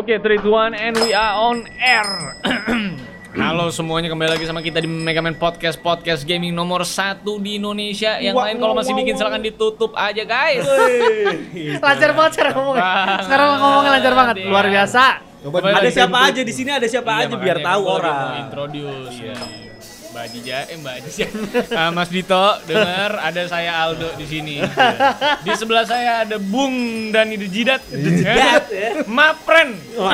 Oke, 3, 2, 1, and we are on air. Halo semuanya, kembali lagi sama kita di Megaman Podcast gaming nomor 1 di Indonesia. Yang lain kalau masih bikin silakan ditutup aja guys. Lancar banget cara ngomongnya. Sekarang ngomongnya lancar banget, luar biasa. Coba ada siapa aja di sini, ada siapa aja biar tahu orang. Introduce. Mbak Haji, Mas Dito, dengar ada saya Aldo di sini. Di sebelah saya ada Bung Dani Jidat. Mapren.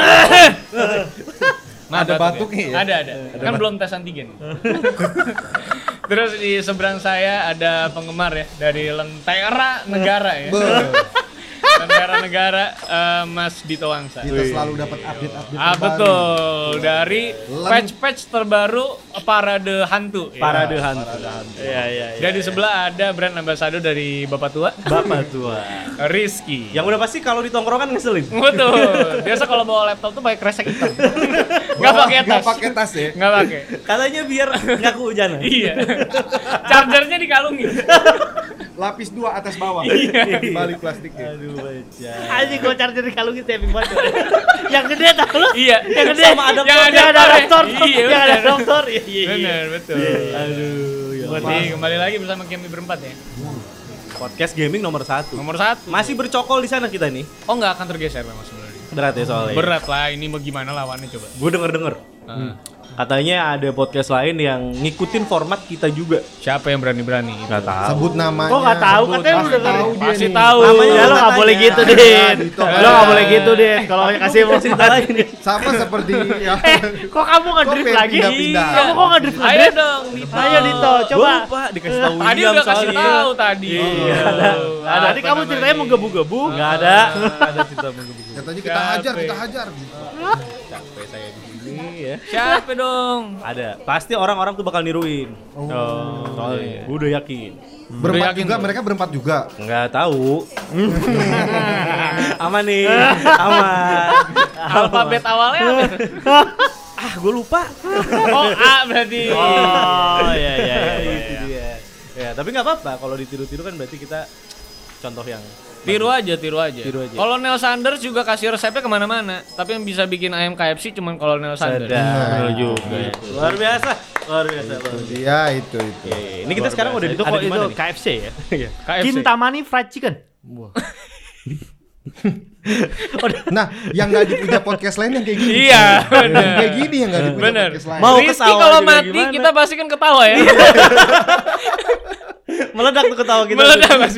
Ada batuknya ya? Ada. Kan belum tes antigen. Terus di seberang saya ada penggemar ya dari Lentera Negara ya. Negara Mas Dito Wangsa. Kita selalu dapat update Betul, dari patch terbaru Parade Hantu. Parade Hantu. Iya. Dan di sebelah ada brand ambassador dari Bapak Tua. Rizky. Yang udah pasti kalau di tongkrongan ngeselin. Betul. Biasa kalau bawa laptop tuh pakai kresek hitam. Enggak pakai tas ya? Enggak pakai. Katanya biar enggak kehujanan. Iya. Chargernya dikalungin. Lapis 2 atas bawah. Iya. Di balik plastiknya. Aduh, baca. Anjing gua charger dikalungin saving banget. Yang gede tahu lu? Iya. Yang gede sama adaptor. Yang ada adaptor. Iya, yang ada adaptor. Iya. Benar, betul. Aduh, ya. Berarti kembali lagi bersama kami berempat ya. Podcast gaming nomor 1. Nomor 1. Masih bercokol di sana kita nih. Oh, enggak akan tergeser memang sebenarnya. Berat ya soalnya. Berat lah, ini mau gimana lawannya coba. Gue denger. Katanya ada podcast lain yang ngikutin format kita juga. Siapa yang berani-berani? Enggak tahu. Sebut namanya. Kok enggak tahu? Katanya lu dengerin. Pasti tahu. Ya lu enggak boleh gitu, Din. Dito. Lu enggak boleh gitu, Din. Kalau kasih mau cerita lagi nih. Sama seperti ya. Kok kamu ngedrift pengen lagi? pindah-pindah? Kamu kok ngedrift? Ayo dong, Dito. Ayo Dito, coba. Gua lupa dikasih tahu Tadi William udah kasih soalnya. tahu tadi. Iya. Tadi kamu ceritanya menggebu-gebu. Enggak ada. Ada cerita menggebu-gebu. Katanya kita hajar gitu. Capek saya di sini ya. Siapa dong? Ada. Pasti orang-orang tuh bakal niruin. Soalnya. Gue udah yakin. Berempat yakin juga, tuh. mereka berempat juga. Enggak tahu. Aman nih. Aman. Alfabet awalnya apa? Gue lupa. Oh, A berarti. Oh, iya. Itu dia. Ya, tapi nggak apa-apa kalau ditiru-tiru kan berarti kita contoh yang Tiru aja. Tiru aja. Kolonel Sanders juga kasih resepnya kemana-mana. Tapi yang bisa bikin ayam KFC cuman Kolonel Sanders. Betul juga. Luar biasa. Iya, itu. Ini kita sekarang udah Itu ada kok di itu mana nih? KFC ya? KFC. Kintamani Fried Chicken. Nah, yang nggak dipuja podcast lain yang kayak gini. Iya, Yang benar. kayak gini yang nggak dipuja Bener. podcast lain. Mau Rizky ketawa kalau juga mati gimana? kita pasti kan ketawa ya. Meledak tuh ketawa kita. Meledak Mas.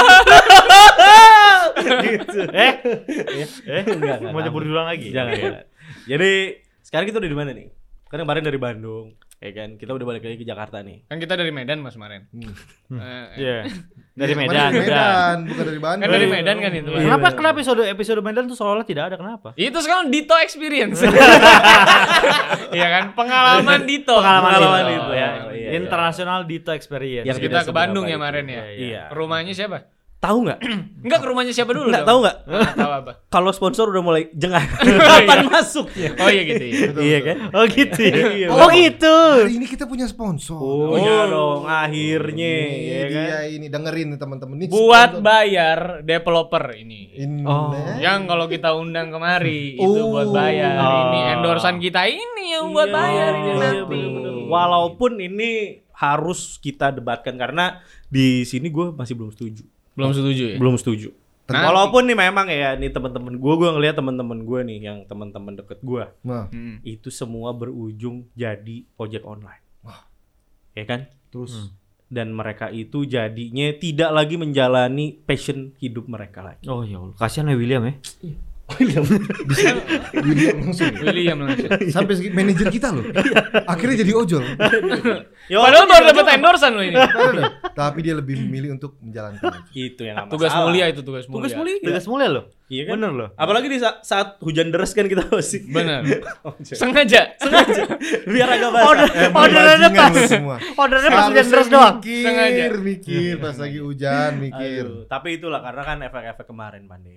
Gitu. Enggak. Mau nyebur duluan lagi? Jangan. Jadi sekarang kita udah di mana nih? Kan kemarin dari Bandung, ya kan? Kita udah balik lagi ke Jakarta nih. Kan kita dari Medan Mas kemarin. Iya. Dari Iya, Medan. kemarin dari Medan, bukan dari Bandung. Kan dari Medan kan itu. Mas. Kenapa episode Medan tuh seolah-olah tidak ada? Kenapa? Itu sekarang Dito experience. Iya kan? Pengalaman Dito. Pengalaman Dito. itu ya. Iya. International Dito Experience. Yang Kita tidak ke Bandung seberapa ya kemarin itu. ya. Iya. Rumahnya siapa? Tahu nggak? Enggak, ke rumahnya siapa dulu? Nggak dong? tahu nggak? Nggak tahu apa? Kalau sponsor udah mulai jengah. Iya. Kapan masuknya? Oh iya gitu ya. Iya kan? Oh gitu ya? Iya. Oh gitu. Hari ini kita punya sponsor. Oh iya dong, akhirnya Ini ya kan. dia ini dengerin nih teman-teman nih. Buat bayar developer ini. Yang kalau kita undang kemari itu buat bayar. Ini endorsan kita ini yang buat bayar ini nanti. bener. Walaupun ini harus kita debatkan karena di sini gue masih belum setuju. Belum setuju ya? Belum setuju. Nanti. Walaupun nih memang ya nih teman-teman gue ngelihat teman-teman gue nih yang teman-teman deket gue Nah, itu semua berujung jadi ojek online. Ya kan? terus Dan mereka itu jadinya tidak lagi menjalani passion hidup mereka lagi. Oh ya Allah, kasihan ya William ya. William langsung. William langsung. Sampai manajer kita loh. Akhirnya jadi ojol. Padahal baru dapat endorsan loh ini. Tapi dia lebih memilih untuk menjalankan. Itu yang nggak Tugas masalah. mulia itu tugas mulia. Tugas mulia. Tugas mulia loh. Iya kan? Bener loh. Apalagi di saat hujan deras kan kita pasti. Benar. Sengaja. Biar agak basah. Orderannya pas. Lu semua. Orderannya pas hujan Harusnya deras doang. Sengaja. Mikir pas lagi hujan, mikir. Aduh, tapi itulah karena kan efek-efek kemarin pandemi.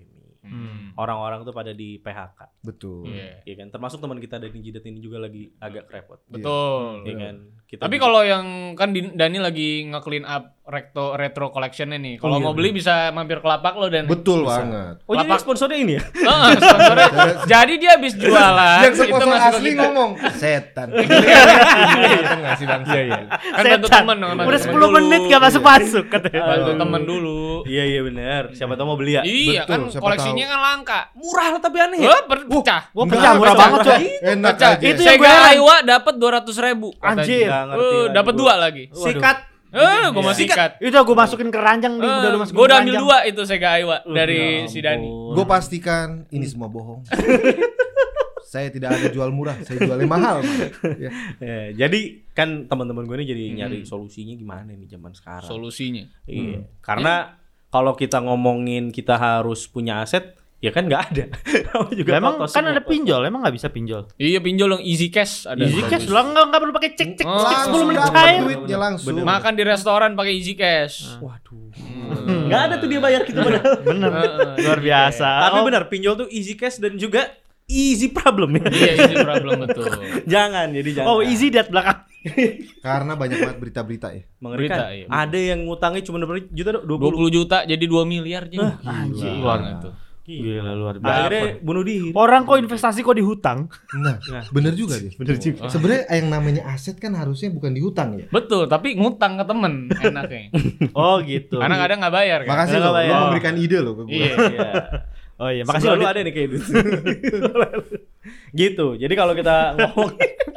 Orang-orang tuh pada di PHK. Betul. Iya kan? Termasuk teman kita Dani Jidat ini juga lagi agak repot. Betul. Iya kan? Tapi kalau yang kan Dani lagi nge-clean up retro collection-nya nih. Kalau mau beli bisa mampir ke lapak lo dan Betul banget. Oh jadi sponsornya ini ya? sponsornya. Jadi dia habis jualan Yang sponsor masuk ke asli kita. ngomong setan. Setan ngasih bang. Kan bantu temen dong. Udah 10 menit gak masuk katanya. Bantu temen dulu. Iya benar. Siapa tahu mau beli ya? Iya Betul, kan siapa koleksinya kan langka. Murah lah tapi aneh ya. Wah, pecah. Wah, pecah murah banget coy. Enak Pecah. aja. Itu yang gue Sega heran. Aiwa dapat 200.000. Anjir. Nggak ngerti lagi Dapat gua. 2 lagi. Sikat. Gue mau sikat. Itu gue masukin ke ranjang nih, udah lu masukin Gue ke udah ambil ranjang. 2 itu Sega Aiwa dari si Dani. Gue pastikan ini semua bohong. Saya tidak ada jual murah, saya jualnya mahal. Ya. Jadi kan teman-teman gue ini jadi nyari solusinya gimana nih zaman sekarang. Solusinya. Iya. Karena kalau kita ngomongin kita harus punya aset, ya kan nggak ada. Lah, emang kan ada pinjol, emang nggak bisa pinjol. Iya pinjol yang easy cash ada. Easy cash lah, nggak perlu pakai cek Langsung 10 menit dapat cair. duitnya langsung. Makan di restoran pakai easy cash. Waduh. Nggak ada tuh dia bayar kita padahal. Bener, luar biasa. Tapi benar pinjol tuh easy cash dan juga easy problem ya. Iya easy problem betul. Jangan. Oh easy dat belakang. Karena banyak banget berita-berita ya. Mengerikan. Berita, iya. Ada yang ngutangnya cuma berapa juta? 20 juta jadi 2 miliar jadi. Anjir, Gila luar tuh. Gila luar Akhirnya biasa. bunuh diri. Orang kok investasi kok di hutang? Nah, bener juga deh. Bener juga. Sebenarnya yang namanya aset kan harusnya bukan dihutang ya. Betul, tapi ngutang ke temen enaknya. Oh gitu. Karena kadang nggak bayar kan. Makasih Nggak lo, bayar. lo memberikan ide lo ke gue. Iya. Iya. Oh iya, Makasih makasih lu lo. ada nih kayak gitu. Gitu. Jadi kalau kita ngomong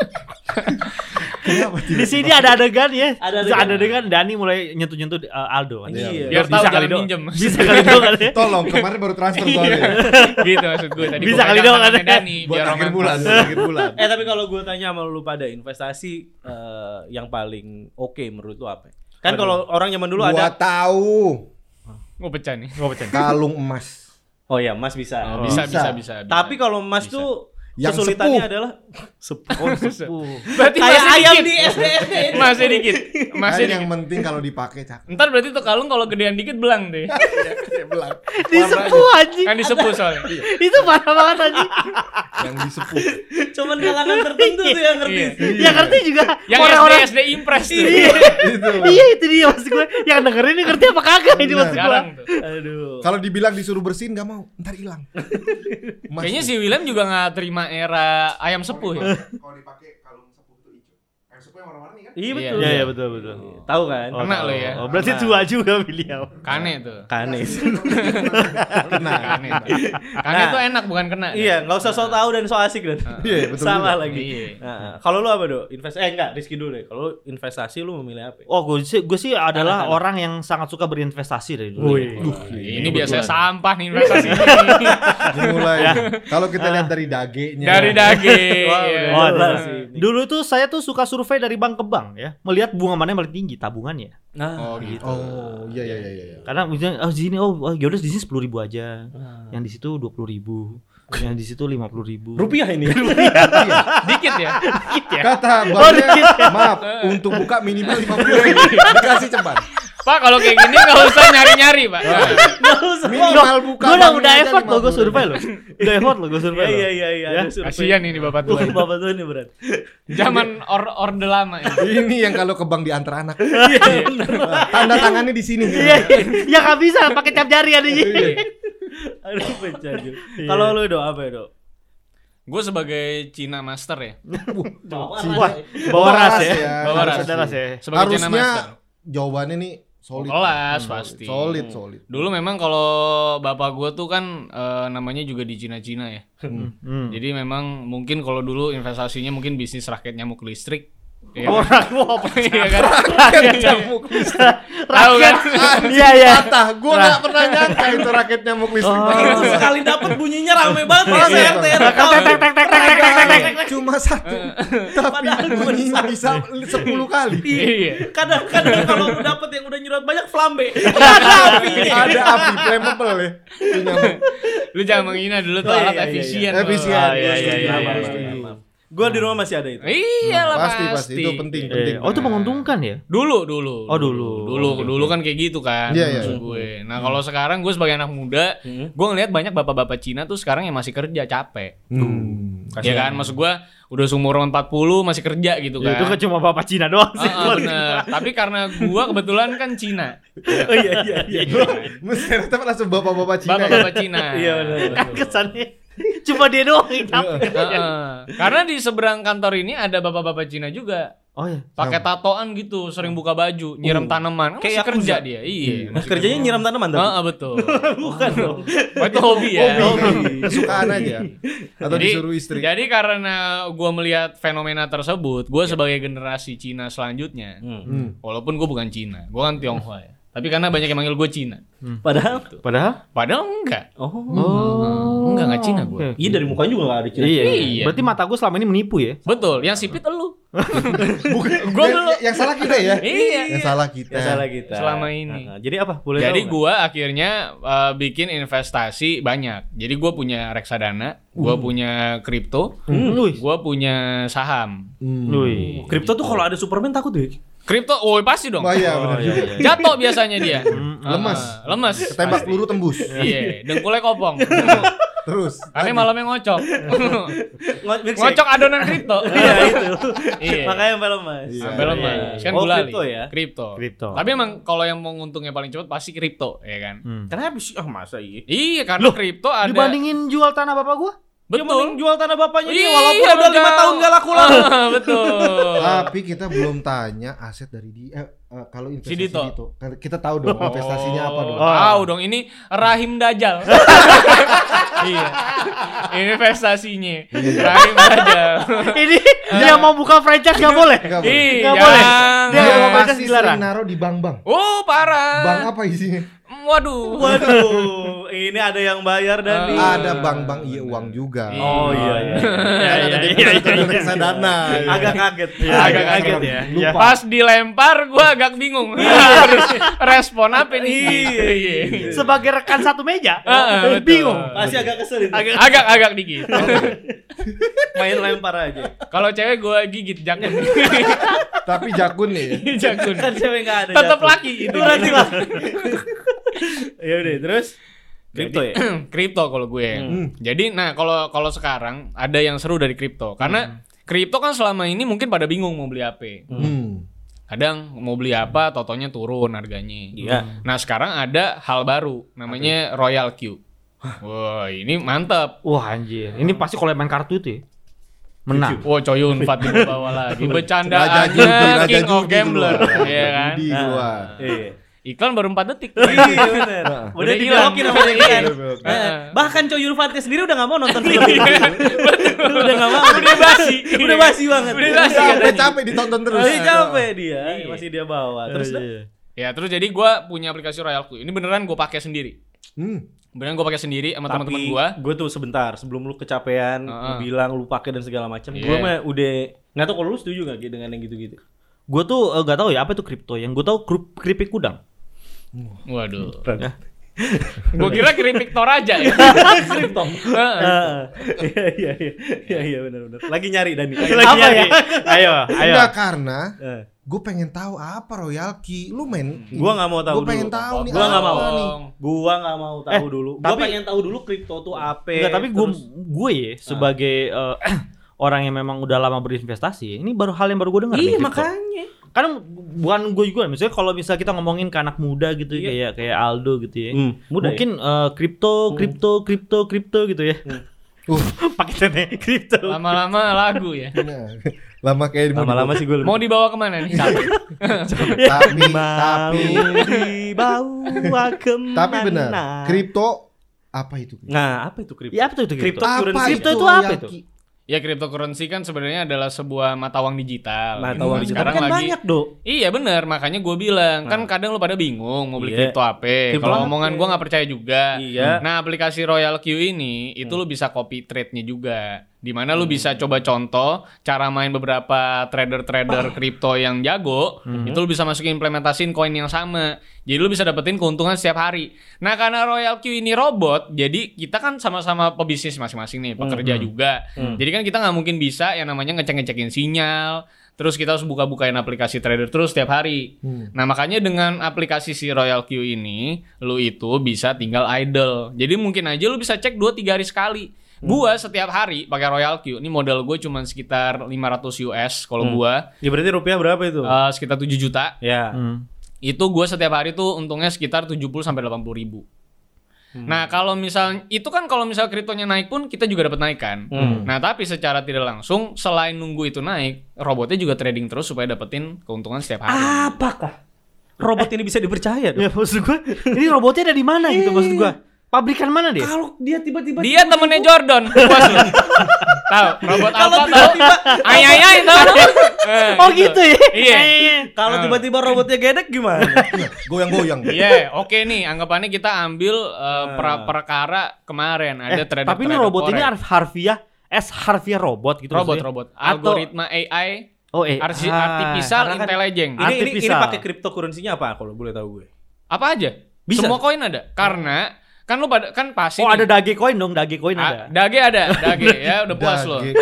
Di sini ada adegan ya. Ada Ada adegan. adegan Dani mulai nyentuh-nyentuh Aldo. Iya. Biar tahu Bisa kali jangan dong. minjem. Bisa kali dong kan ya. Tolong, kemarin baru transfer soalnya. Gitu maksud gue tadi. Bisa gua kali pegang dong, tangannya ada. Dani Buat biar akhir romantis. bulan, buat akhir bulan. tapi kalau gue tanya sama lu pada investasi yang paling oke menurut lu apa? Kan kalau orang zaman dulu Gua ada tahu Gue pecah nih. kalung emas. Oh ya, emas bisa. Oh, bisa. Tapi kalau emas Bisa. tuh Yang kesulitannya sepuh. adalah sepuh. Berarti Kayak masih ayam dikit. di SD. Masih dikit. Masih Kan yang dikit. penting kalau dipakai cakep. Ntar berarti tuh kalung kalau gedean dikit belang deh. Belang. Disepuh anjing. Kan disepuh soalnya. Itu parah banget anjing. Yang disepuh. Cuman kalangan tertentu tuh yang ngerti. Iya. Ya ngerti juga Yang orang-orang. SD impress tuh. Itu. Iya itu dia maksud gue. Yang dengerin ini ngerti apa kagak ini Benar. maksud gue. Jarang tuh. Aduh. Kalau dibilang disuruh bersihin nggak mau, ntar hilang. Emas Kayaknya tuh. si William juga nggak terima era ayam sepuh ya. Kalau dipakai kalung sepuh itu hijau. Yang sepuh yang warna-warni kan? Iya Iya, betul. Iya betul. Tahu kan? Kena lo ya. Oh berarti tua juga William. Kane tuh. Kane. Kena. Kane. Kane tuh enak bukan kena. Iya, nggak usah so tahu dan so asik dan. Iya, betul Salah juga. lagi. Iya. Nah, kalau lu apa, Do? Enggak, Rizky dulu deh. Kalau investasi lu memilih apa? Oh gue sih adalah Anak-anak. orang yang sangat suka berinvestasi dari dulu. ya. Ini biasanya sampah nih investasi. Dimulai. Kalau kita lihat dari dagenya. Dari daging. Wah, Iya. udah. Oh, Jelas nah. sih. Dulu tuh saya tuh suka survei dari bank ke bank ya, melihat bunga mana yang paling tinggi tabungannya. Oh gitu. Oh, iya iya iya iya. Karena misalnya di sini yaudah di sini 10.000 aja, yang di situ 20.000, yang di situ 50.000. Rupiah ini. Dikit ya. Kata banknya, maaf, untuk buka minimal 50.000. Dikasih cepat. Pak kalau kayak gini nggak usah nyari-nyari pak. Minimal buka. Gue banknya udah aja effort loh gue 50.000. survei loh. Udah effort loh gue survei. loh. Iya. Ya, ada survei. Kasian ini bapak tua. ini. Bapak tuh ini berat. Zaman orde lama ya. Ini yang kalau ke bank diantar anak. Tanda tangannya di sini. Iya, ya nggak bisa pakai cap jari ada Aduh, pecah juga. Kalau lu, Do, apa ya, Do? Gue sebagai Cina Master ya. Wah, bawa ras ya. Bawa ras. Ada ras ya. Sebagai Cina Master. Harusnya jawabannya nih solid. Kelas pasti. Solid. Dulu memang kalau bapak gue tuh kan namanya juga di Cina-Cina ya. Jadi memang mungkin kalau dulu investasinya mungkin bisnis raket nyamuk listrik. Iya kan? Iya kan? Raket nyamuk listrik. Tahu kan? Iya iya. Patah. Gue nggak pernah nyangka itu raket nyamuk listrik. Itu sekali dapat bunyinya rame banget pas Iya, RT. Cuma satu. Tapi bunyinya bisa 10 kali. Iya. Kadang-kadang kalau dapat yang udah nyurut banyak flambe. Ada api. Ada api flammable ya. Itu nyamuk. Lu jangan menghina dulu tuh Oh, alat iya, iya, efisien. iya. loh. Efisien. Iya. Maaf. Gua di rumah masih ada itu. Iyalah Pasti itu penting. Oh itu menguntungkan ya? Dulu. Oh, dulu. Dulu kan kayak gitu kan. Iya. Maksud gue. Nah, kalau sekarang gue sebagai anak muda, gue ngelihat banyak bapak-bapak Cina tuh sekarang yang masih kerja capek. Ya kan, maksud gue udah seumur 40 masih kerja gitu Ya, kan. itu kan cuma bapak Cina doang sih. Bener. Tapi karena gue kebetulan kan Cina. Oh iya. Mesti langsung bapak-bapak Cina. Bapak-bapak Cina. Iya benar. Kan kesannya cuma dia doang yang capek. Karena di seberang kantor ini ada bapak-bapak Cina juga. Oh ya. Pakai tatoan gitu, sering buka baju, nyiram tanaman. Kayak Masih kerja Yakuza. dia. Iya. masih Kerjanya nyiram tanaman tuh. betul. Bukan dong. Itu hobi ya. Kesukaan aja. Atau disuruh istri. Jadi karena gue melihat fenomena tersebut, gue sebagai generasi Cina selanjutnya, walaupun gue bukan Cina, gue kan Tionghoa ya. Tapi karena banyak yang manggil gue Cina. Padahal. Padahal enggak. Enggak Cina gue. Iya dari mukanya juga nggak ada Cina. Iya. Berarti mata gue selama ini menipu ya? Betul, yang sipit elu. Gua yang salah kita ya. Iya. Yang salah kita. Ya salah kita. Selama ini. Jadi apa? Boleh Jadi tahu nggak? gue akhirnya bikin investasi banyak. Jadi gue punya reksadana, gue punya kripto, gue punya saham. Wih. Kripto tuh kalau ada Superman takut deh. Kripto, oh pasti dong. Oh iya benar. Jatuh biasanya dia. Lemes. Ketembak peluru tembus. Iya, dengkulnya kopong. Terus. Karena malamnya ngocok. Ngocok adonan kripto. Iya itu. Iya. Makanya sampai lemas. Sampai lemas. Kan Oh, gulali. kripto ya? Kripto. Tapi emang kalau yang mau nguntungnya paling cepat pasti kripto, ya kan? Kenapa sih? Masa iya? Iya, karena kripto ada. Dibandingin jual tanah bapak gua? Betul. Jual tanah bapaknya dia Iya, walaupun udah 5 tahun gak laku-laku. Betul. Tapi kita belum tanya aset dari dia. Kalau investasi Si Dito. Dito. Kita tahu dong investasinya apa dong. Tahu dong, ini rahim dajal. Iya. Investasinya rahim dajal. Ini dia mau buka franchise nggak boleh? Nggak boleh. Iya. Nggak boleh. Dia Dia mau franchise masih dilarang. sering naruh di bank-bank. Oh, parah. Bank apa isinya? Waduh. Waduh, ini ada yang bayar dan Ada bank-bank iya uang juga. Oh iya. Reksadana. Agak kaget. Agak kaget ya. Lupa. Pas dilempar gua agak bingung. Harus respon apa nih? Iya. Sebagai rekan satu meja, Betul. bingung. Pasti agak kesel itu. Agak dikit. Main lempar aja. Kalau cewek gua gigit jakun. Tapi jakun nih. Jakun. Kan cewek enggak ada. Tetap jatuh. laki itu. Berarti lah. Ya udah, terus kripto ya? Kripto kalau gue. Jadi kalau sekarang ada yang seru dari kripto karena kripto kan selama ini mungkin pada bingung mau beli apa. Kadang mau beli apa totonya turun harganya. Iya. Nah, sekarang ada hal baru namanya Royal Q. Wah, ini mantap. Wah anjir, ini pasti kalau main kartu itu ya. Menang. Wah, Coyun Fat di bawah lagi. Raja Bercandaannya judi King of keluar. Gambler, ya kan? Judi keluar. Iya. Iklan baru 4 detik. Iya benar. Udah Udah dibelokin sama dia kan. Iya. Bahkan Coy Yulfatnya sendiri udah enggak mau nonton film itu. Udah enggak mau. Udah basi. Udah basi banget. Udah basi. Sampai capek ditonton terus. Masih capek dia, masih dia bawa. Terus Ya, terus jadi gue punya aplikasi Royal Q. Ini beneran gue pakai sendiri. Beneran gue pakai sendiri sama teman-teman gue. tuh sebentar sebelum lu kecapean, lu bilang lu pakai dan segala macam. Iya. Gue mah udah nggak tahu kalau lu setuju nggak dengan yang gitu-gitu. Gue tuh nggak tahu ya apa itu kripto. Yang gue tahu keripik udang. Waduh. Gue kira keripik Toraja ya. Kripto. Iya benar. Lagi nyari Dani. Apa ya? Ayo. Enggak karena gue pengen tahu apa Royal Q. Lu main. Gua nggak mau tahu Gue dulu. pengen tahu nih. Gua nggak mau. apa nih. Gua nggak mau tahu dulu. Gua tapi- pengen tahu dulu kripto tuh apa. Enggak, tapi terus- gue ya sebagai orang yang memang udah lama berinvestasi, ini baru hal yang baru gue dengar. Iya nih, kripto. makanya. Karena bukan gue juga, misalnya kalau misalnya kita ngomongin ke anak muda gitu kayak Aldo gitu ya. Muda Mungkin kripto gitu ya. Paketannya kripto. Lama-lama lagu ya. Nah, lama kayak Lama-lama sih gue Mau dibawa kemana nih? tapi dibawa kemana? tapi benar. Kripto apa itu? Nah, apa itu kripto? Ya apa tuh itu kripto? Cryptocurrency. Kripto itu apa Royal itu? Q? Ya, cryptocurrency kan sebenarnya adalah sebuah mata uang digital. Mata Gitu. uang digital Sekarang kan lagi banyak, Dok. Iya benar, makanya gue bilang kan kadang lu pada bingung mau beli Iya. kripto apa. Kripto Kalau apa? omongan gue nggak percaya juga. Iya. Nah, aplikasi Royal Q ini itu lu bisa copy trade-nya juga. Dimana lu bisa coba contoh cara main beberapa trader-trader kripto yang jago, itu lu bisa masukin implementasiin koin yang sama. Jadi lu bisa dapetin keuntungan setiap hari. Nah karena Royal Q ini robot, jadi kita kan sama-sama pebisnis masing-masing nih, pekerja juga. Jadi kan kita nggak mungkin bisa yang namanya ngecek-ngecekin sinyal, terus kita harus buka-bukain aplikasi trader terus setiap hari. Nah makanya dengan aplikasi si Royal Q ini, lu itu bisa tinggal idle. Jadi mungkin aja lu bisa cek 2-3 hari sekali. Gua setiap hari pakai Royal Q. Ini modal gue cuma sekitar 500 US kalau gua. Ya berarti rupiah berapa itu? Sekitar 7 juta. Ya. Itu gue setiap hari tuh untungnya sekitar 70-80 ribu. Nah kalau misal itu kan kalau misal kriptonya naik pun kita juga dapat naik kan. Nah tapi secara tidak langsung selain nunggu itu naik, robotnya juga trading terus supaya dapetin keuntungan setiap hari. Apakah robot ini bisa dipercaya dong? Ya maksud gue, ini robotnya ada di mana gitu maksud gue? Pabrikan mana dia? Kalau dia tiba-tiba Dia temennya Jordan. Puas lu. Tahu robot apa tahu? Ayai tahu. Oh gitu ya? Iya. kalau tiba-tiba robotnya gedek gimana? Goyang-goyang. Iya, oke nih. Anggapannya kita ambil perkara kemarin ada trader. Tapi ini robot ini harfiah robot gitu maksudnya? robot. Atau Algoritma AI. oh Artificial karena kan Intelligence. Ini Artificial. pakai cryptocurrency-nya apa kalau boleh tahu gue? Apa aja? Bisa. Semua koin ada. Karena kan lu pada kan pasti Oh nih. ada Dogecoin dong, Dogecoin ada. Dage ada, Dage ya udah puas lo. Dage.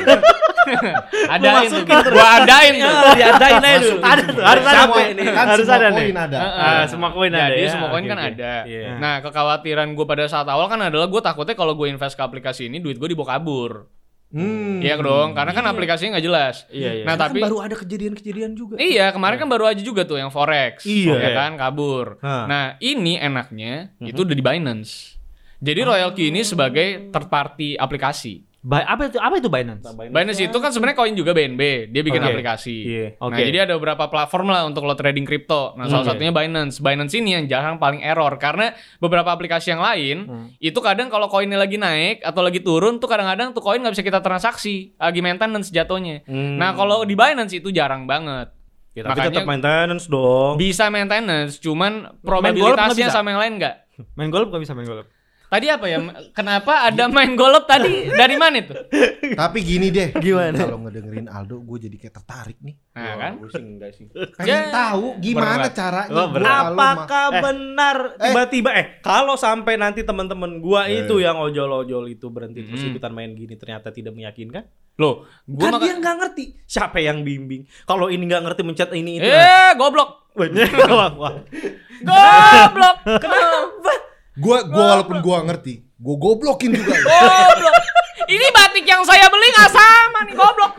Adain tuh, gua adain tuh. Diadain aja dulu. Ada tuh, harus ada Semua- nih. kan Harus semua ada nih. koin ada. Semua koin ada Jadi ya. semua koin Oke, kan oke. ada. Iya. Nah, kekhawatiran gue pada saat awal kan adalah gue takutnya kalau gue invest ke aplikasi ini duit gue dibawa kabur. Iya dong, karena kan aplikasinya nggak jelas. Iya, iya. Nah, Tapi tapi baru ada kejadian-kejadian juga. iya, kemarin kan baru aja juga tuh yang forex. Iya. Ya kan, kabur. Hah. Nah, ini enaknya itu udah di Binance. Jadi Royal Q ini sebagai third party aplikasi. Apa itu Binance? Binance itu kan sebenarnya koin juga BNB, dia bikin Oke. aplikasi. Iya. Nah, Oke. jadi ada beberapa platform lah untuk lo trading kripto. Nah, salah satunya Binance. Binance ini yang jarang paling error karena beberapa aplikasi yang lain itu kadang kalau koinnya lagi naik atau lagi turun tuh kadang-kadang tuh koin nggak bisa kita transaksi, lagi maintenance jatuhnya. Nah, kalau di Binance itu jarang banget. Ya, tapi tetap maintenance dong. Bisa maintenance, cuman golf nggak probabilitasnya bisa? sama yang lain nggak. Main golf gak bisa main golf. Tadi apa ya? Kenapa ada main golf tadi? Dari mana itu? Tapi gini deh. Gimana? Kalau ngedengerin Aldo, gue jadi kayak tertarik nih. Nah, kan? Gue sih enggak sih. Pengen tahu gimana berat. caranya. Oh, gua berat. kalau mah- Apakah benar tiba-tiba kalau sampai nanti teman-teman gua itu yang ojol-ojol itu berhenti terus ikutan main gini ternyata tidak meyakinkan? Loh, gua Kan maka- dia nggak ngerti. Siapa yang bimbing? Kalau ini nggak ngerti mencet ini itu. Goblok. Wah. Goblok. Kenapa? Gua walaupun gua ngerti, gua goblokin juga. Goblok. Ini batik yang saya beli nggak sama nih, goblok.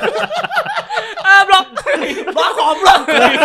Goblok. Goblok.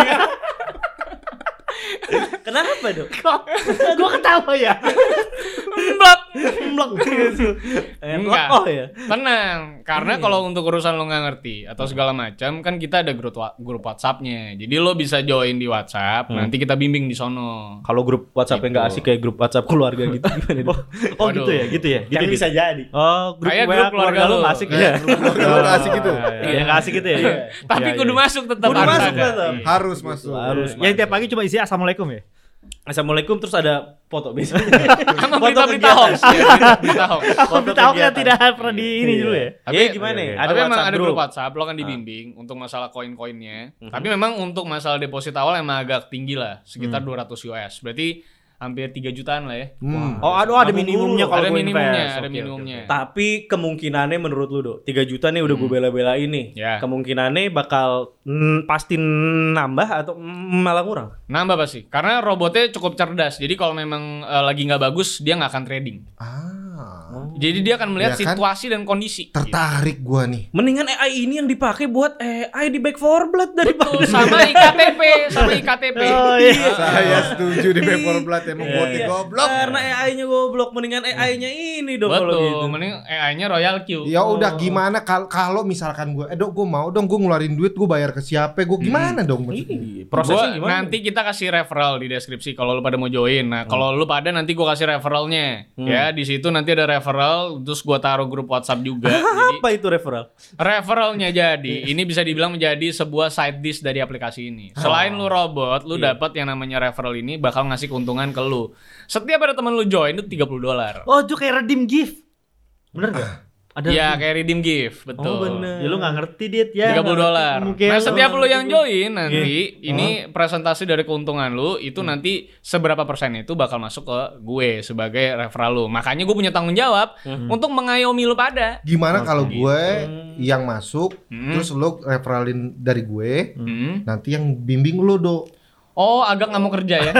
Kenapa dong? Gua ketawa ya. Blok. Blok gitu. Enggak. Oh ya. Tenang, karena kalau untuk urusan lo nggak ngerti atau segala macam kan kita ada grup WhatsApp-nya. Jadi lo bisa join di WhatsApp, nanti kita bimbing di sono. Kalau grup WhatsApp yang nggak Gitu. asik kayak grup WhatsApp keluarga gitu gimana? Dong? Oh Waduh. gitu ya, gitu ya. Gitu, Kan bisa jadi. Oh, grup Kayak WA grup keluarga keluarga lu lu. nggak asik ya. Kalau nggak asik gitu. Iya, nggak asik gitu ya. Tapi Iya, kudu iya. masuk tetap Kudu harus masuk ada. tetap. Iya. Harus masuk. Harus. Yang tiap pagi cuma isi assalamualaikum ya. Assalamualaikum terus ada foto biasanya. Sama Foto berita-berita kegiatan. hoax. Ya, berita hoax. Tapi tahu kan tidak pernah di ini dulu ya. Tapi gimana? Iya, Ada tapi memang WhatsApp ada group. grup WhatsApp, lo kan dibimbing untuk masalah koin-koinnya. Tapi memang untuk masalah deposit awal emang agak tinggi lah, sekitar 200 US. Berarti hampir 3 jutaan lah ya. Oh, ada minimumnya kalau Ada gue minimumnya, invest. ada Oke, minimumnya. oke. Tapi kemungkinannya menurut lu, Dok, 3 juta nih udah gue bela-belain nih. Ya. Kemungkinannya bakal pasti nambah atau malah kurang? Nambah pasti, karena robotnya cukup cerdas. Jadi kalau memang lagi nggak bagus, dia nggak akan trading. Jadi dia akan melihat Ya kan? situasi dan kondisi. Tertarik gua nih. Mendingan AI ini yang dipakai buat AI di Back 4 Blood daripada Betul, sama IKTP, sama IKTP. Oh iya. Saya setuju di Paper Blood emang buat Iya. goblok. Karena AI-nya goblok, mendingan AI-nya ini dong kalau Betul, gitu. mending AI-nya Royal Q. Ya udah gimana kalau misalkan gue, Dok, gue mau dong gue ngeluarin duit, gue bayar ke siapa? Gue gimana dong? maksudnya? Iya, prosesnya Gua- gimana? nanti kita kasih referral di deskripsi kalau lu pada mau join. Nah, kalau lu pada nanti gua kasih referralnya. Ya, di situ nanti ada referral, terus gua taruh grup WhatsApp juga. Jadi Apa itu referral? referralnya jadi ini bisa dibilang menjadi sebuah side dish dari aplikasi ini. Selain lu robot, lu dapat yang namanya referral ini bakal ngasih keuntungan ke lu. Setiap ada teman lu join itu $30. Oh, itu kayak redeem gift. Bener gak? Ada Iya, kayak redeem gift, betul. Oh bener. Ya lu nggak ngerti Dit ya. $30. Mungkin Nah, lu setiap nggak lu ngerti yang gua. join nanti ini presentasi dari keuntungan lu itu nanti seberapa persen itu bakal masuk ke gue sebagai referral lu. Makanya gue punya tanggung jawab untuk mengayomi lu pada. Gimana kalau gue yang masuk, Hmm. terus lu referralin dari gue, Hmm. nanti yang bimbing lu, Do. Oh, agak nggak mau kerja ya.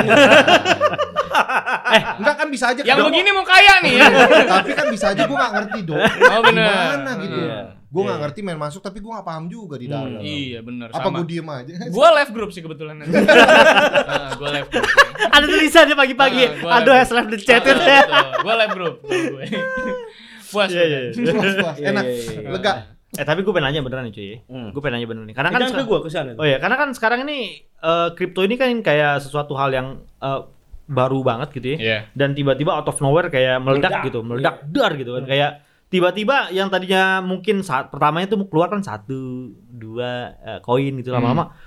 Enggak kan bisa aja Yang kan, begini mau kaya nih ya. tapi kan bisa aja gue gak ngerti, Do. Oh, bener. Gimana gitu. Iya. Gue gak ngerti main masuk, tapi gue gak paham juga di dalam. Iya, bener. Apa Sama. gue diem aja? Gue live group sih kebetulan. Gue live group. Ada tulisannya pagi-pagi. Gua Aduh, live has left the chat. Gue live group. Puas. Iya, iya. Puas, enak, Iya. lega. Tapi gue pengen nanya beneran nih cuy. Gue pengen nanya beneran nih. Karena kan Jangan ke gua ke sana. Oh ya, karena kan sekarang ini kripto ini kan kayak sesuatu hal yang baru banget gitu ya. Iya. Dan tiba-tiba out of nowhere kayak meledak Meledak. gitu, meledak dar gitu kan. Kayak tiba-tiba yang tadinya mungkin saat pertamanya tuh keluar kan 1, 2 koin gitu lama-lama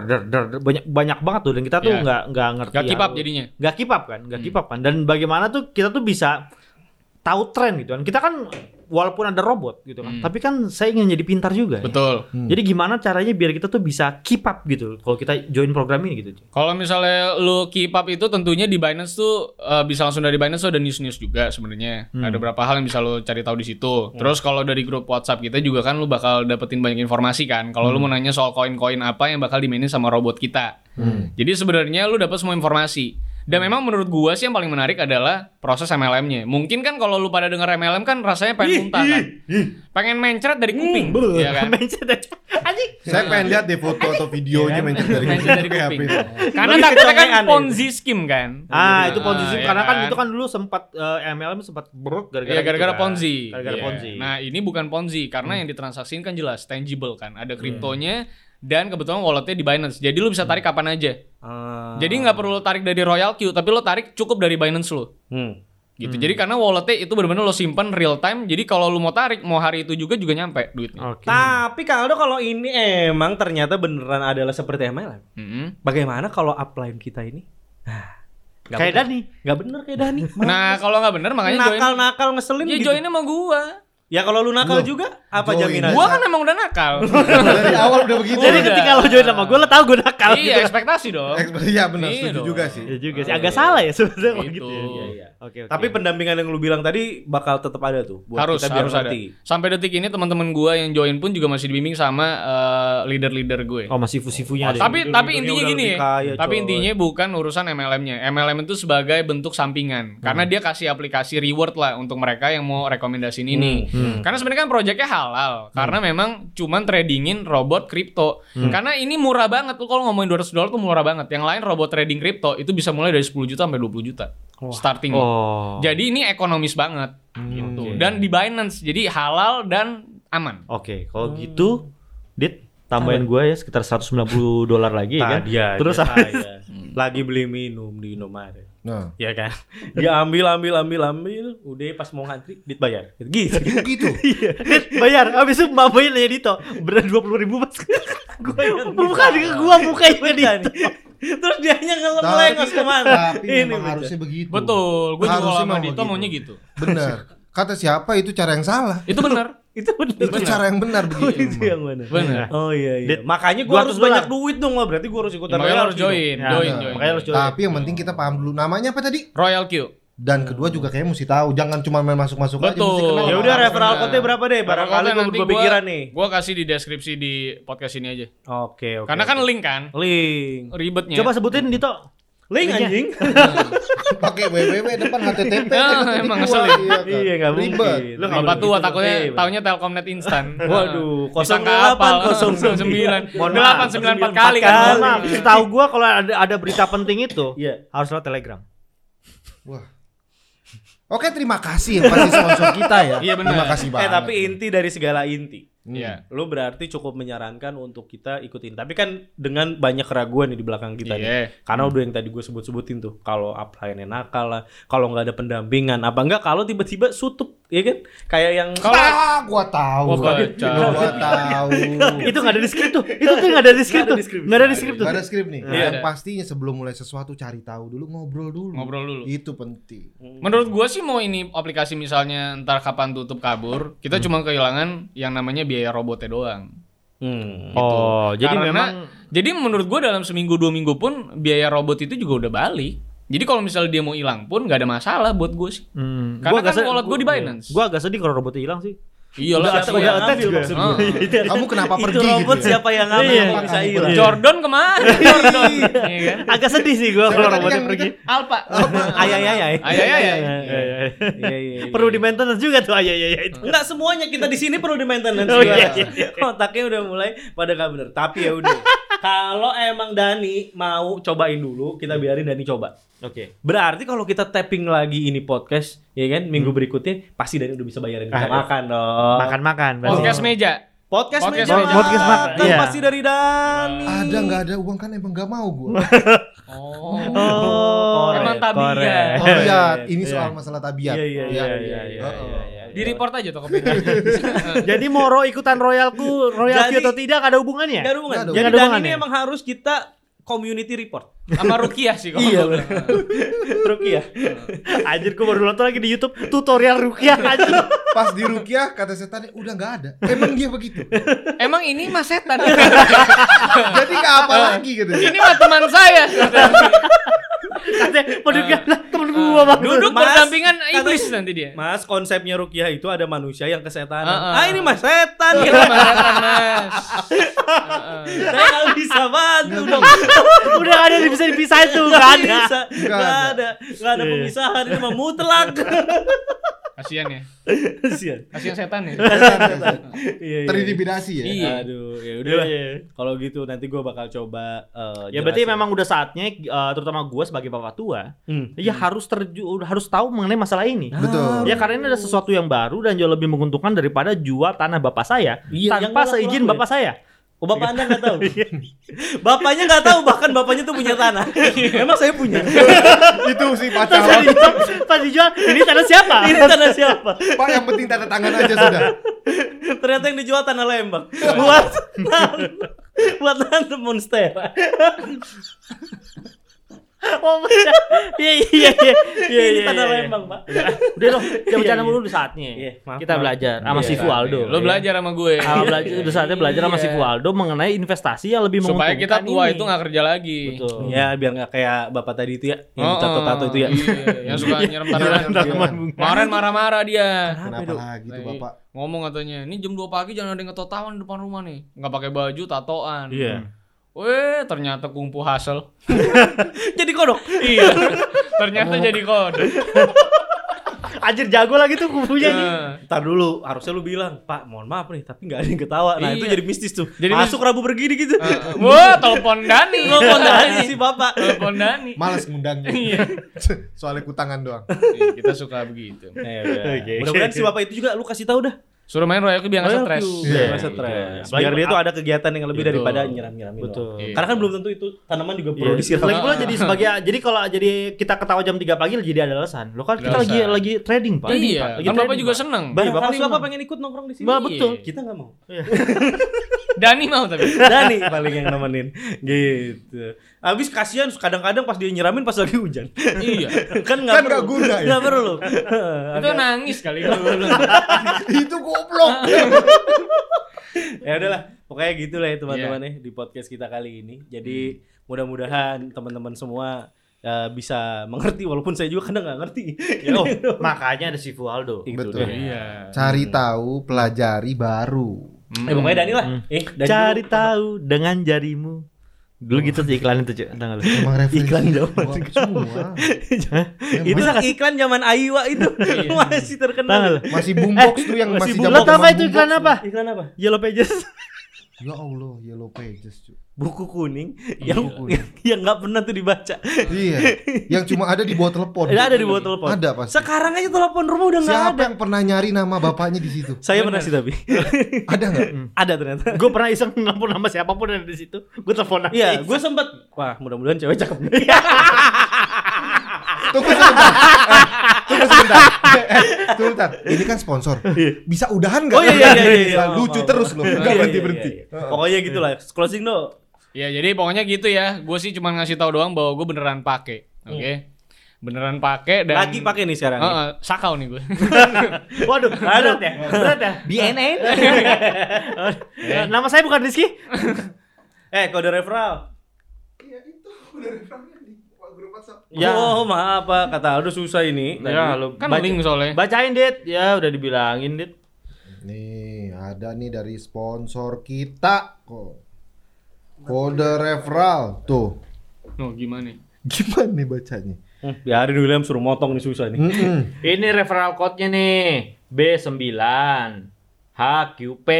banyak banget tuh dan kita tuh Iya. nggak ngerti. Gak keep up jadinya. Nggak keep up kan, nggak keep up kan. Dan bagaimana tuh kita tuh bisa tahu tren gitu kan. Kita kan walaupun ada robot gitu kan, tapi kan saya ingin jadi pintar juga. Ya. Betul. Jadi gimana caranya biar kita tuh bisa keep up gitu kalau kita join program ini gitu. Kalau misalnya lu keep up itu tentunya di Binance tuh bisa langsung dari Binance tuh ada news-news juga sebenarnya. Ada beberapa hal yang bisa lu cari tahu di situ. Terus kalau dari grup WhatsApp kita juga kan lu bakal dapetin banyak informasi kan. Kalau lu mau nanya soal koin-koin apa yang bakal dimainin sama robot kita. Jadi sebenarnya lu dapat semua informasi. Dan memang menurut gua sih yang paling menarik adalah proses MLM-nya. Mungkin kan kalau lu pada denger MLM kan rasanya pengen muntah kan. Pengen mencret dari kuping, ya kan? Anjing. Saya pengen lihat deh foto atau videonya mencet dari Mencret dari kayak kuping. apa. Karena Lebih takutnya kan kecongean Ponzi scheme kan. Itu Ponzi scheme ya karena kan itu kan dulu sempat MLM sempat brok gara-gara Iya, gara-gara itu kan. Ponzi. Gara-gara Iya. Ponzi. Nah, ini bukan Ponzi karena yang ditransaksiin kan jelas tangible kan. Ada kriptonya dan kebetulan walletnya di Binance. Jadi lu bisa tarik kapan aja. Jadi nggak perlu lo tarik dari Royal Q, tapi lo tarik cukup dari Binance lo. Gitu. Jadi karena walletnya itu benar-benar lo simpan real time. Jadi kalau lu mau tarik mau hari itu juga nyampe duitnya. Oke. Tapi Kang Aldo kalau ini emang ternyata beneran adalah seperti MLM. Bagaimana kalau upline kita ini? Nggak Kayak bener. Dani. Nggak bener kayak Dani. Nah, kalau nggak bener makanya join. Nakal-nakal ngeselin Ya gitu. joinnya sama gua. Ya kalau lu nakal Loh, juga apa join. jaminan? Gua kan emang udah nakal. Dari awal udah begitu. Jadi Udah. ketika lo join sama gue lo tau gue nakal Iya, gitu. ekspektasi dong. Iya benar, Iya setuju dong. juga sih. Ya juga sih agak salah ya sebenarnya kalau Gitu. gitu. ya. Iya, iya. Oke. Tapi pendampingan yang lu bilang tadi bakal tetap ada tuh buat Harus kita biar ada. ngerti. Sampai detik ini teman-teman gua yang join pun juga masih dibimbing sama leader-leader gue. Oh masih fusifunya ada. Tapi Leader-leadernya intinya udah gini lebih ya. kaya, Tapi coy. intinya bukan urusan MLM-nya. MLM itu sebagai bentuk sampingan. Karena dia kasih aplikasi reward lah untuk mereka yang mau rekomendasiin ini. Karena sebenarnya kan proyeknya halal. Karena memang cuman tradingin robot kripto. Karena ini murah banget tuh kalau ngomongin $200 tuh murah banget. Yang lain robot trading kripto itu bisa mulai dari 10 juta sampai 20 juta. Starting. Oh. Jadi ini ekonomis banget gitu. Dan di Binance. Jadi halal dan aman. Oke, kalau gitu Dit tambahin gue ya sekitar $190 lagi ya kan. Tadi aja Terus saya lagi beli minum di Indomaret. Nah, Ya kan. Dia ambil, udah pas mau ngantri Dit bayar. Gitu. gitu. Dit bayar habis itu mamanya nanya Dito beneran 20.000 mas. Bukan ke gua mukanya Dito. Terus dianya ngelengos kemana? Tapi Ini memang bener. harusnya begitu. Betul. Gue juga Harusnya kalau sama memang Dito begitu. maunya gitu. Benar. Kata siapa itu cara yang salah. Itu benar. Itu bener. Itu cara yang benar begitu. Itu yang mana? Benar. Oh iya iya. Dit, Makanya gua harus $200. banyak duit dong, berarti gua harus ikutan Makanya royalty harus join. Ya, Join. makanya harus join. Tapi yang penting kita paham dulu namanya apa tadi? Royal Q. Dan kedua juga kayaknya mesti tahu, jangan cuma main masuk-masuk aja, Betul. mesti kenal. Ya udah Harus referral benar. code-nya berapa deh? Barangkali gua Nanti berpikiran nih. Gua kasih di deskripsi di podcast ini aja. Oke, oke. Karena kan link kan. link. Ribetnya. Coba sebutin Dito. Link Linknya. anjing. Pakai www depan HTTP. Ya, emang ngeselin. Iya, nggak mungkin. Ribet. Lu nggak Bapak boleh tua gitu, takutnya Beb. taunya Telkomnet instan. Waduh, Disangka 08, apal. 09. 894 kali kan. Mohon maaf, setahu gua kalau ada berita penting itu Iya. harus lewat Telegram. Wah. Oke, terima kasih ya pasti sponsor kita ya. Iya, benar. Terima kasih banget. Tapi inti dari segala inti. Iya. Lu berarti cukup menyarankan untuk kita ikutin. Tapi kan dengan banyak keraguan nih di belakang kita Iya. nih. Karena udah yang tadi gue sebut-sebutin tuh. Kalau upline nakal lah. Kalau nggak ada pendampingan. Apa enggak kalau tiba-tiba sutup Iya kan? Kayak yang Gua tahu. Oh, baca. Gua tahu. Itu nggak ada di skrip tuh. Itu tuh nggak ada di skrip tuh. Nggak ada di skrip tuh. Gak ada skrip nih. Iya. Yang pastinya sebelum mulai sesuatu cari tahu dulu, ngobrol dulu. Ngobrol dulu. Itu penting. Menurut gua sih mau ini aplikasi misalnya entar kapan tutup kabur, kita cuma kehilangan yang namanya biaya robotnya doang. Oh, jadi memang Jadi menurut gua dalam seminggu 2 minggu pun biaya robot itu juga udah balik. Jadi kalau misalnya dia mau hilang pun nggak ada masalah buat gue sih. Karena kan wallet gue di Binance. Gue agak sedih kalau robotnya hilang sih. Iyalah, Siapa yang ngambil maksud gue? Kamu kenapa Itu pergi robot gitu? siapa yang ngambil Iya. kok bisa hilang? Jordan kemana? Jordan. Iya kan? Agak sedih sih gue kalau Siapa robotnya yang pergi. Alpa. Ayah. Iya. Perlu di maintenance juga tuh itu. Enggak semuanya kita di sini perlu di maintenance. Oh, iya. Otaknya udah mulai pada gak bener. Tapi ya udah. Kalau emang Dani mau cobain dulu, kita biarin Dani coba. Oke. Berarti kalau kita tapping lagi ini podcast, ya kan, minggu berikutnya pasti Dani udah bisa bayarin kita makan dong. Makan. Podcast meja. Podcast Podcast meja. meja. Podcast makan, Kan iya. pasti dari Dani. Ada nggak ada uang kan emang nggak mau gua. Oh, Emang tabiat. Tabiat. Ini soal masalah tabiat. Iya. Di report aja Tokopedia. Jadi Moro ikutan royalty Jadi- atau tidak ada hubungannya? Gak ada hubungan. Nggak ada Jadi hubungan. Dani ini emang harus kita community report. Sama Rukiah sih kalau. Iya, nggak bener. boleh. Rukiah. Anjir gue baru nonton lagi di YouTube tutorial Rukiah anjir. Pas di Rukiah kata setannya udah nggak ada. Emang dia begitu. Emang ini mas setan. Jadi nggak apa lagi gitu. Ini mah teman saya. Katanya Rukiah lah temen gua bang. Duduk Mas, berdampingan kata- iblis nanti dia. Mas, konsepnya Rukiah itu ada manusia yang kesetanan. Heeh. Ah, ini mas setan. Ini mas setan mas. Saya nggak bisa bantu dong. Udah gak ada yang bisa dipisahin tuh, gak ada. Nggak ada pemisahan. Ini mah mutlak. Kasian ya. Kasian. Kasian setan ya. Iya. Terintimidasi ya. Iya. Aduh, ya udah lah. Iya. Kalau gitu nanti gue bakal coba. Ya berarti jelasin. memang udah saatnya terutama gue sebagai bapak tua Hmm. ya harus harus tahu mengenai masalah ini. Betul. Ya karena ini ada sesuatu yang baru dan jauh lebih menguntungkan daripada jual tanah bapak saya Iya, yang tanpa nggak seizin laku-laku bapak saya. Oh, bapak Anda nggak tahu? Bapaknya nggak tahu, bahkan bapaknya tuh punya tanah. Emang saya punya. Itu sih Pas pacaran. pas dijual, ini tanah siapa? Ini tanah siapa? Pak yang penting tanda tangan aja sudah. Ternyata yang dijual tanah Lembang. Buat nanti Monstera. Oh, iya. Ini tanah Lembang, Pak. Udah loh, jangan bercanda mulu udah saatnya. Iya, maaf, Kita maaf. belajar sama Iya, si Fualdo. Lo belajar sama gue. Udah saatnya belajar sama si Iya. Fualdo mengenai investasi yang lebih Supaya kita tua ini. itu nggak kerja lagi. Betul. Ya, biar nggak kayak bapak tadi itu ya, yang tato-tato itu ya. Iya, yang suka nyerem tanaman. Kemarin marah-marah dia. Kenapa lagi tuh Bapak? Ngomong katanya, ini jam 2 pagi jangan ada yang ngetotawan di depan rumah nih. Nggak pakai baju, tatoan. Iya. Weh, ternyata kungfu hasil. Jadi kodok. Iya. Ternyata jadi kode. Anjir jago lagi tuh kubunya nih. Ntar dulu, harusnya lu bilang, Pak, mohon maaf nih, tapi nggak ada yang ketawa. Nah, itu Iya. jadi mistis tuh. Jadi Masuk Rabu begini gitu. Wah, telepon Dani. Telepon dari si bapak. Telepon Dani. Males ngundangnya. Iya. Soalnya kutangan doang. Iya, kita suka begitu. Oke. Mudah-mudahan si bapak itu juga lu kasih tahu dah. Suruh main Royal biar nggak stres. Biar Iya. nggak stres. Iya. Biar dia tuh ada kegiatan yang lebih Betul. daripada nyiram-nyiramin. Betul. doang. Karena kan belum tentu itu tanaman juga perlu Iya. disiram. Lagi pula jadi sebagai kalau jadi kita ketawa jam 3 pagi jadi ada alasan. Lo kan kita Ada alasan. lagi trading, Pak. Iya, Lagi kan Bapak trading, juga Pak. seneng. Iya, Bapak Barangkali senang. bapak pengen ikut nongkrong di sini. Bah, betul. Kita nggak mau. Dani mau tapi. Dani paling yang nemenin. Gitu. Habis kasihan kadang-kadang pas dia nyiramin pas lagi hujan. Iya. Kan Kan nggak guna ya? Nggak perlu. Itu nangis kali kalau gue bilang. Itu goblok. Ya udahlah, pokoknya gitulah ya teman-teman ya di podcast kita kali ini. Jadi mudah-mudahan teman-teman semua bisa mengerti walaupun saya juga kadang nggak ngerti. Ya, oh, makanya ada si Fualdo. Itu Betul. deh. Iya. Cari tahu, pelajari baru. Pokoknya Dani lah. Dani Cari dulu. tahu dengan jarimu. Dulu gitu tuh iklan itu, Cuk. Tahu nggak lu? Emang referensi Iklan zaman gua semua. Itu iklan zaman Aiwa itu masih Tahu terkenal. nggak lu? Masih boombox tuh yang masih Lo zaman tau nggak itu iklan apa? Iklan apa? Yellow Pages. Ya Allah, Yellow Pages cuy. Buku kuning Buku kuning. yang nggak pernah tuh dibaca. Iya, yang cuma ada di bawah telepon. Ada di bawah telepon. Ada pasti. Sekarang aja telepon rumah udah nggak Siapa ada. yang pernah nyari nama bapaknya di situ? Saya pernah sih tapi. Ada nggak? Ada ternyata. Gue pernah iseng nelfon nama siapapun yang ada di situ. Gue telepon aja. Iya, gue sempet. Wah, mudah-mudahan cewek cakep. Tunggu sebentar. Tunggu sebentar. Ini kan sponsor. Bisa udahan nggak? Oh iya. Lucu terus loh. Nggak berhenti. Pokoknya gitulah. Closing dong. Ya jadi pokoknya gitu ya. Gue sih cuma ngasih tahu doang bahwa gue beneran pakai. Oke. Beneran pakai dan Lagi pakai nih sekarang. sakau nih gue. Waduh, berat ya? Berat ya? BNN. Nama saya bukan Rizky. Kode referral. Iya itu udah referensinya di grup WhatsApp. Ya. Oh, maaf Pak. Kata Aldo susah ini. Ya, lu Kan link soalnya. bacain, Dit. Ya, udah dibilangin, Dit. Nih ada nih dari sponsor kita kok. Kode referral tuh. Oh gimana nih? Gimana nih bacanya? Biarin William suruh motong nih susah nih. Ini referral code-nya nih. B9 HQP.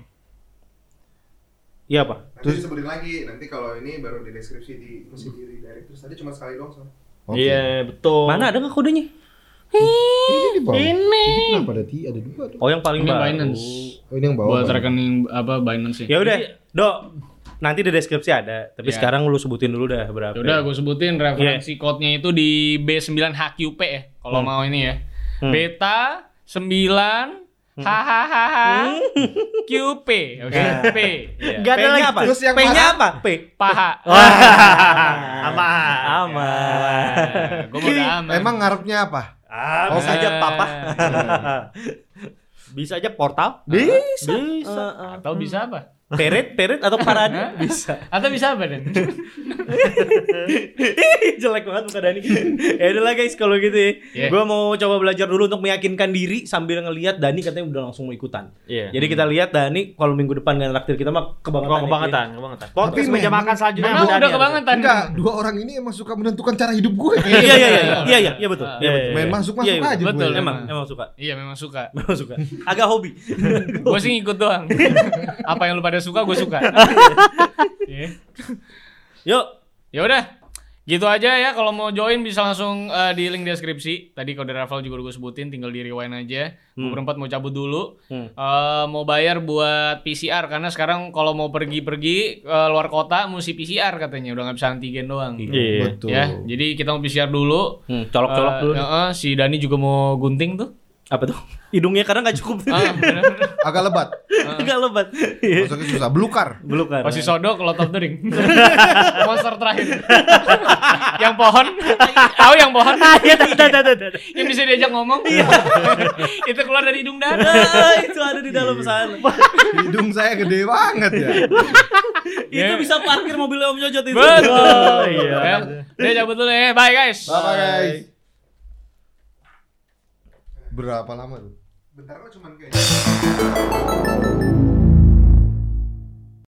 Iya, Pak. Nanti disebutin lagi, nanti kalau ini baru di deskripsi mesti di redirect. Terus tadi cuma sekali doang soalnya. Iya, betul. Mana ada nggak kodenya? Ini di bawah. Ini. Kenapa ada dua tuh? Oh, yang paling Ini baru. Binance. Oh ini yang bawah. Buat Bang. rekening Binance sih. Ya udah, Dok. Nanti di deskripsi ada, tapi Ya. sekarang lu sebutin dulu dah berapa. Udah gue sebutin referensi code-nya itu di B9HQP ya. Kalau mau ini ya. Beta 9 hahaha QP. Oke. P. Gak ada lagi. apa? Terus yang P-nya mana? apa? P. Paha. Aman. Gue mau udah aman. Emang ngarepnya apa? Bisa aja papa. Bisa aja portal? Bisa. Atau bisa apa? Peret atau parade bisa. Atau bisa apa Dan? Jelek banget muka Dani. Ya udah lah guys kalau gitu ya. Yeah. Gua mau coba belajar dulu untuk meyakinkan diri sambil ngelihat Dani katanya udah langsung mau ikutan. Iya. Jadi kita lihat Dani kalau minggu depan nggak traktir kita mah kebangetan. ya. Kebangetan. Podcast meja memang- makan selanjutnya Memang sama udah Dani kebangetan. Enggak, dua orang ini emang suka menentukan cara hidup gue. Iya betul. Iya. Main masuk Iya, aja betul. gue. Emang suka. Iya memang suka. Memang suka. Agak hobi. Gue sih ngikut doang. Apa yang lu pada suka gue suka. Iya. Yuk. Ya udah. Gitu aja ya, kalau mau join bisa langsung di link deskripsi. Tadi kode referral juga udah gue sebutin, tinggal di rewind aja. Gue berempat mau cabut dulu. Mau bayar buat PCR karena sekarang kalau mau pergi-pergi luar kota mesti PCR katanya, udah nggak bisa antigen doang. Iya. Betul. Ya, jadi kita mau PCR dulu. Colok-colok dulu. Si Dani juga mau gunting tuh. Apa tuh? Hidungnya karena nggak cukup. Bener. Agak lebat. Agak lebat. Masuknya susah. Belukar. Belum kan. Masih sodok Lord of the Ring. Monster terakhir. Yang pohon. Tahu yang pohon? Yang bisa diajak ngomong. Itu keluar dari hidung Dan. Itu ada di dalam sana. Hidung saya gede banget ya. Itu bisa parkir mobil Om Jojot itu. Betul. iya. Ya. Udah cabut dulu ya. Bye guys. Bye guys. Berapa lama tuh? Bentar kok cuman kayak